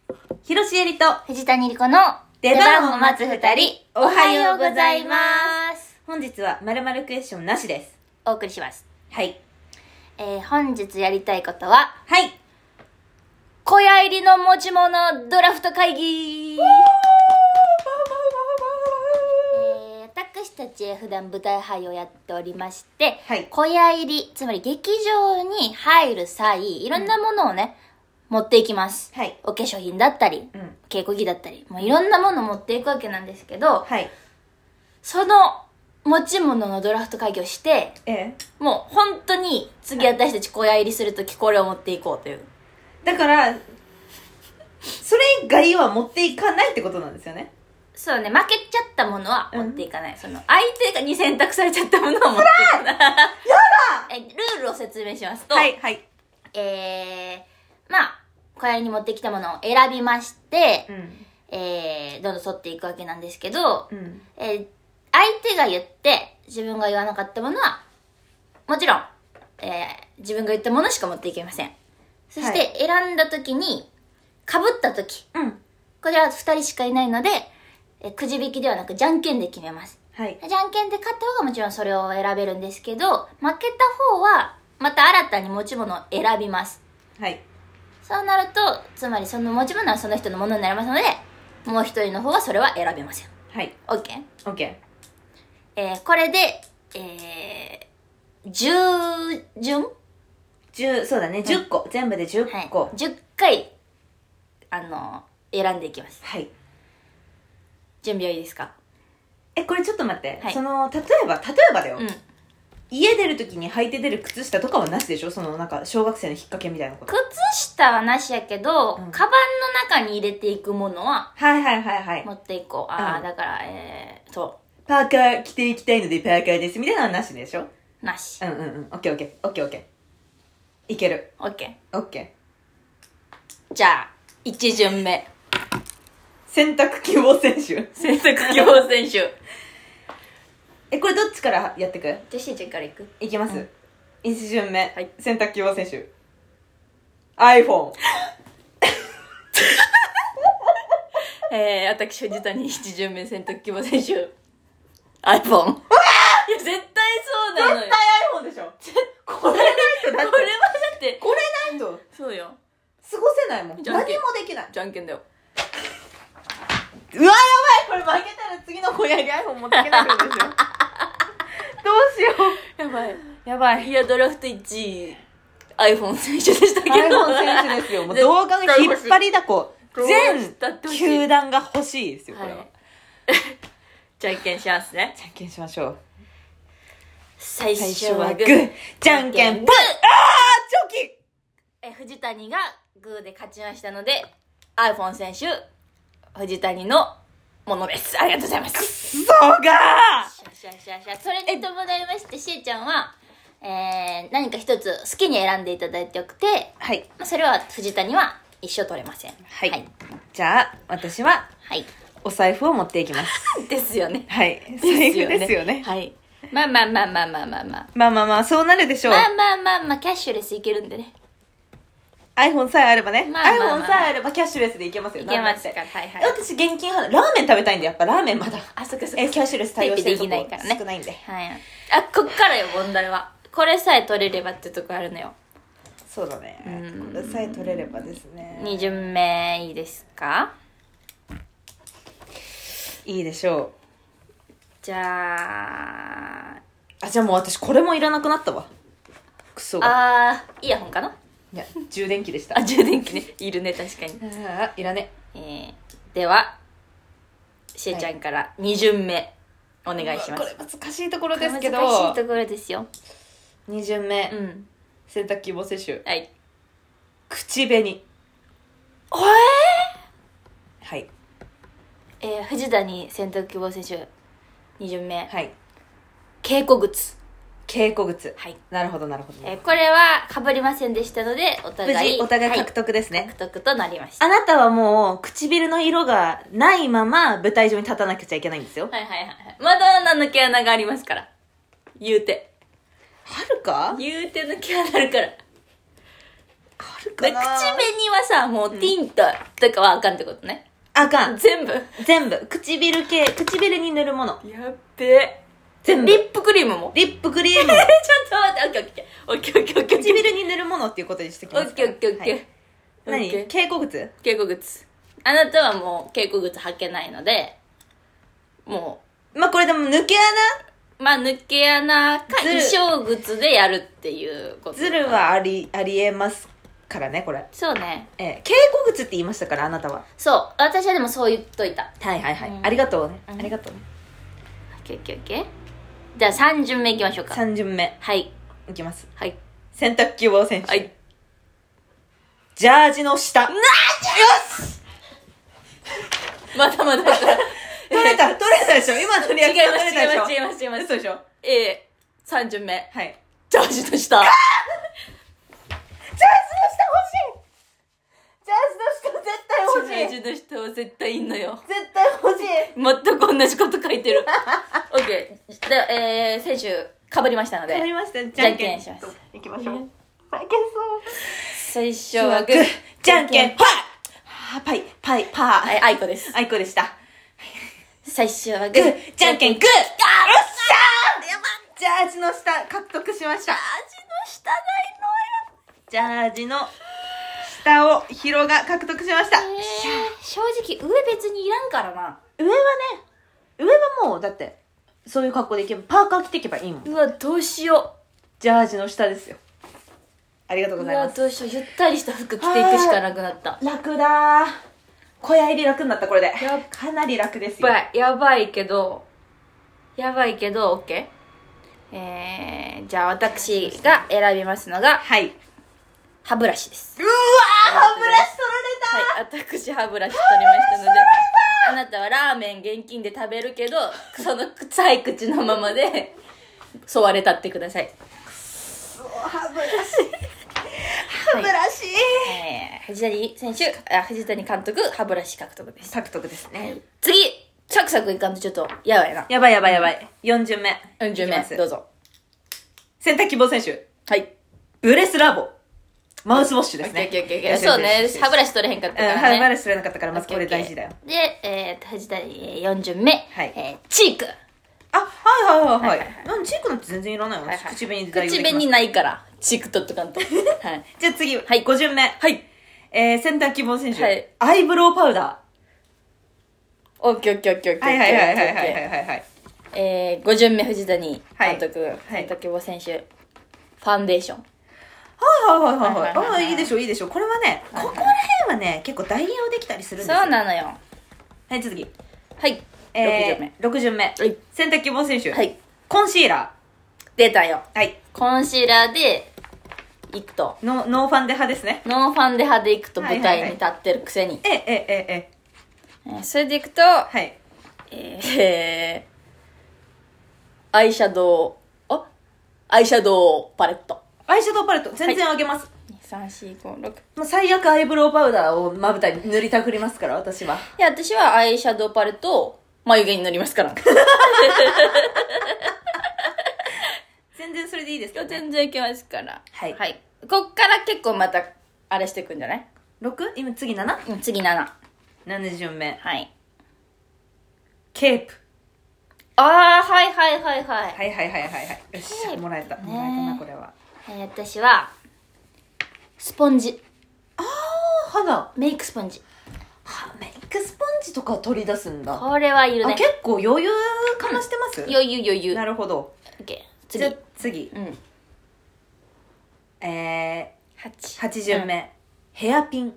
広瀬えりと藤谷莉子の出番を待つ二人、 おはようございます。 本日は〇〇クエスチョンなしです。 お送りします。 はい。 本日やりたいことは、 はい。 小屋入りの持ち物ドラフト会議。私たち普段舞台俳優をやっておりまして、 はい小屋入り、つまり劇場に入る際、いろんなものをね、持っていきます。 はい。 お化粧品だったり、稽古着だったり、もういろんなものを持っていくわけなんですけど、 はい。 その持ち物のドラフト会議をして、もう本当に次私たち小屋入りするときこれを持っていこうという。 だから、それ以外は持っていかないってことなんですよね。 そうね、負けちゃったものは持っていかない。その、相手に選択されちゃったものは持っていかない。やだルールを説明しますと、 はい、はい。 まあ、小屋に持ってきたものを選びまして、どんどん沿っていくわけなんですけど、相手が言って、自分が言わなかったものは、もちろん、自分が言ったものしか持っていけません。そして、選んだ時に、被った時、これは2人しかいないので、くじ引きではなくじゃんけんで決めます。 はい。 じゃんけんで勝った方がもちろんそれを選べるんですけど、負けた方はまた新たに持ち物を選びます。 はい。 そうなると、つまりその持ち物はその人のものになりますので、もう一人の方はそれは選べません。 はい。 OK？ OK。 これで、10順そうだね、10個。全部で10個。 はい、10回、選んでいきます。 はい。 準備はいいですか？ これちょっと待って。 はい、 例えばだよ。家出るときに履いて出る靴下とかはなしでしょ？なんか、小学生の引っ掛けみたいなこと。 靴下はなしやけど、カバンの中に入れていくものは、持っていこう。だから、そう。 パーカー着ていきたいのでパーカーです。みたいなのはなしでしょ？ なし。 オッケー。いける。 オッケー。 じゃあ、1巡目。 選択希望選手。 選択希望選手。 これどっちからやってく？ じゃあ、しーちゃんからいく？ いきます。1巡目。 はい。 選択希望選手。iPhone。 私、藤谷1巡目選択希望選手。iPhone。いや、絶対そうなのよ。 絶対 iPhone でしょ。これないとだって。 これはだって。 これないと。 そうよ。 過ごせないもん。何もできない。 じゃんけんだよ。 うわ、やばい。これ負けたら次の小屋に iPhone 持ってけないんですよ。どうしよう。やばい。 いや、ドラフト1位、iPhone 選手でしたけど。 iPhone 選手ですよ。もう動画の引っ張りだこ。全球団が欲しいですよ、これは。 じゃんけんしますね。 じゃんけんしましょう。 最初はグー。じゃんけんぽい。チョキ。 藤谷がグーで勝ちましたので、iPhone 選手、藤谷のものです。ありがとうございます。 そうがそれに伴いまして、しーちゃんは、何か一つ好きに選んでいただいておくて、 はい。 それは藤谷は一生取れません。 はい。じゃあ、私は、お財布を持っていきます。 ですよね。 はい。財布ですよね。 はい。まあ、 そうなるでしょう。 まあ、キャッシュレスいけるんでね。 iPhone さえあればね。iPhone さえあればキャッシュレスでいけますよ。 いけますから、 私現金派ラーメン食べたいんで、やっぱラーメンまだ。 そっか。キャッシュレス対応してるとこできないからね。 少ないんで。 はい。こっからよ、問題は。これさえ取れればってとこあるのよ。 そうだね。これさえ取れればですね。 2巡目いいですか？ いいでしょう。じゃあもう私これもいらなくなったわ。クソが。 イヤホンかな？ いや、充電器でした。 充電器ね。いるね、確かに。 いらね。 では、しーちゃんから2巡目、お願いします。 これ難しいところですけど。 難しいところですよ。 2巡目。選択希望選手。 はい。 口紅。はい。 藤谷選択希望選手、2巡目。 はい。 稽古靴。 はい。なるほど。 これは被りませんでしたので、お互い獲得ですね。 獲得となりました。 あなたはもう、唇の色がないまま舞台上に立たなくちゃいけないんですよ。 まだ抜け穴がありますから。言うて。 あるか？ 言うて抜け穴あるから。 るかな。 口紅はさ、もうティントとかはあかんってことね。 あかん。 全部唇系、唇に塗るもの。 やっべ。 全部。 リップクリームも。 リップクリームも。 ちょっと待って、オッケー。 唇に塗るものっていうことにしてきますから。 オッケー。 何？稽古靴？ 稽古靴。あなたはもう稽古靴履けないので、もまあこれでも抜けう、まあ抜け穴か衣装靴でやるっていうこと。 ズルはありえますからね、これ。 そうね。 稽古靴って言いましたから、あなたは。 そう。私はでもそう言っといた。 はいはいはい。 うんありがとうね。 うんありがとうね。 オッケー。じゃあ3巡目いきましょうか。 3巡目。 はい。 いきます。 はい。 洗濯希望選手。 はい。 ジャージの下。よしまだ。 取れたでしょ今のリアクション取れたでしょ違います。 嘘でしょ 3巡目。 はい。 ジャージの下。 ジャージの下欲しいジャージの下絶対欲しいジャージの下は絶対いんのよ。 絶対欲しい全く同じこと書いてる。オッケー。で、選手、かぶりましたので。 わかりました。 じゃんけんします。 いきましょう。いけそう。 最初はグー。 じゃんけんパーパイパー。 はい、あいこです。 あいこでした。 最初はググーー。 じゃんけんグー。よっしゃーやばい。ジャージの下獲得しました。ジャージの下をヒロが獲得しました。 正直、上別にいらんからな。 上はもうだってそういう格好でいけばパーカー着ていけばいいもん。 うわ、どうしよジャージの下ですよ。ありがとうう。 ございます。 どうしよう。ゆったりした服着ていくしかなくなった。 楽だー。小屋入り楽になったこれで。 やかなり楽ですよ。 やばいけど、オッケー。じゃあ私が選びますのが、 はい。 歯ブラシです。 うわー歯ブラシ取られたはい、私歯ブラシ取りましたので、あなたはラーメン現金で食べるけど、その臭い口のままで、沿われたってください。 歯ブラシ歯ブラシ、 藤谷選手、藤谷監督、歯ブラシ獲得です。 獲得ですね。 次サクサクいかんとちょっと、やばいな。 やばい。4巡目。 4巡目、どうぞ。 選択希望選手。 はい。 ブレスラボ。マウスウォッシュですね。 そうね、歯ブラシ取れへんかったからね。 歯ブラシ取れなかったから、まずこれ大事だよ。 で、藤谷4巡目。 はい。 チーク。 はい。チークなんて全然いらないわ。口紅で代用できます。 口紅ないから、チーク取っとかんと。はい。 じゃあ次、 はい。 5巡目。 はい。 選択希望選手。 はい。 アイブロウパウダー。オッケー。 はい。 5巡目藤谷監督、選択希望選手、ファンデーション。 はい。いいでしょう。これはね、ここら辺はね、結構代用できたりするんですよ。 そうなのよ。 はい、次。 はい。 6巡目。選択希望選手。 はい。 コンシーラー。出たよ。 はい。 コンシーラーで、行くと。 ノーファンデ派ですね。 ノーファンデ派で行くと舞台に立ってるくせに。それで行くと、 はい。 アイシャドウパレット。 アイシャドウパレット、全然あげます。 2、3、4、5、6。 もう最悪アイブロウパウダーをまぶたに塗りたくりますから、私は。 いや、私はアイシャドウパレットを眉毛に塗りますから。 全然それでいいですか、ね、 全然いけますから。 はい。 こっから結構また、あれしていくんじゃない？ 6？ 今次 7？ うん、次7。 7巡目。 はい。 ケープ。 はい。 はい。よし、もらえたな、これは。 私は、スポンジ。 肌。 メイクスポンジ。 メイクスポンジとか取り出すんだ。 これはいるね。 結構余裕かましてます？ 余裕。 なるほど。次。8巡目。ヘアピン。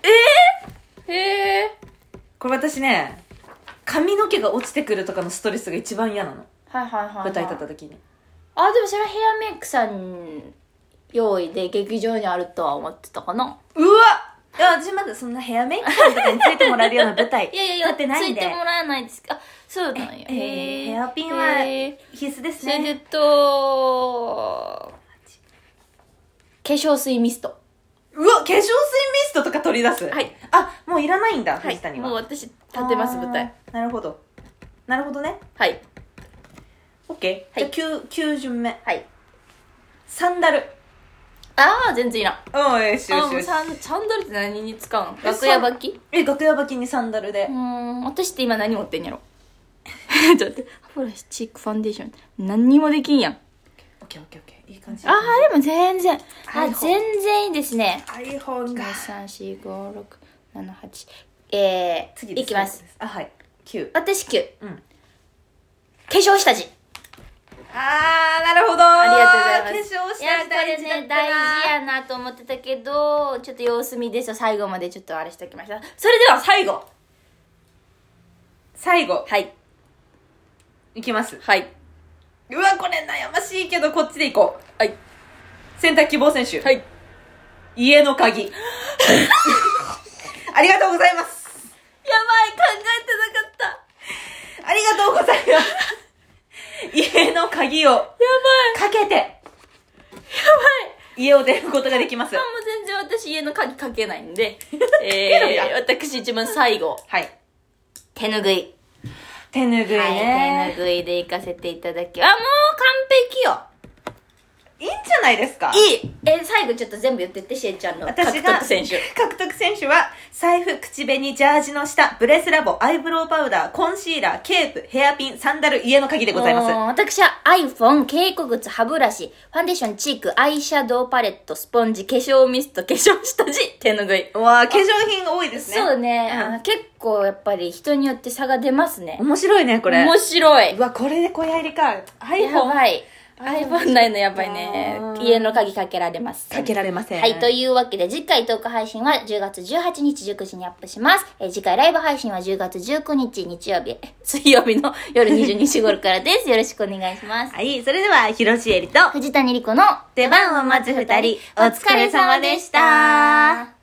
これ私ね、髪の毛が落ちてくるとかのストレスが一番嫌なの。舞台立った時に。 でもそれはヘアメイクさん用意で劇場にあるとは思ってたかな。 うわいや、私まだそんなヘアメイクさんとかについてもらえるような舞台いや立ってないんで。 ついてもらえないですか。そうなんや。 ヘアピンは必須ですね。 それで化粧水ミスト。 うわ、化粧水ミストとか取り出す。 はい。 もういらないんだ、藤谷は。 もう私立てます、舞台。 なるほどね。 はい。 オッケー。じゃあ9巡目。 はい。 サンダル。 ああ、全然いいな。 うん、よしよしよし。 サンダルって何に使うの？楽屋履き？ 楽屋履きにサンダルで。 私って今何持ってんやろ？ちょっと待って。歯ブラシ、チーク、ファンデーション。何にもできんやん。 オッケーオッケーオッケー。いい感じ。 ああ、でも全然。全然いいですね。 iPhone が。 3、4、5、6、7、8。次いきます。 はい。9。 私9。化粧下地。 なるほど。 ありがとうございます。 化粧下地大事だったな。 大事やなと思ってたけど、ちょっと様子見ですよ。最後までちょっとあれしておきました。それでは最後。はい。 いきます。 はい。 うわ、これ悩ましいけど、こっちでいこう。 はい。 選択希望選手。 はい。 家の鍵。ありがとうございます。 やばい、考えてなかった。 ありがとうございます。家の鍵をかけて、家を出ることができます。 もう全然私家の鍵かけないんで、私一番最後。 はい。 手ぬぐい。 手ぬぐいね。 手ぬぐいで行かせていただき、もう完璧よ。 いいんじゃないですか？ いい。最後ちょっと全部言ってって、しえちゃんの獲得選手。 獲得選手は、財布、口紅、ジャージの下、ブレスラボ、アイブロウパウダー、コンシーラー、ケープ、ヘアピン、サンダル、家の鍵でございます。 私は iPhone、稽古靴、歯ブラシ、ファンデーション、チーク、アイシャドウパレット、スポンジ、化粧ミスト、化粧下地、手ぬぐい。 うわー、化粧品が多いですね。 そうね。結構やっぱり人によって差が出ますね。 面白いね、これ。 面白い。 うわ、これで小やりか。iPhone。 やばい。iPhone ないのやばいね。家の鍵かけられます。 かけられません。 はい、というわけで次回トーク配信は10月18日19時にアップします。次回ライブ配信は10月19日水曜日の夜22時頃からです。よろしくお願いします。 はい、それでは広瀬えりと藤谷莉子の出番を待つ2人、お疲れ様でした。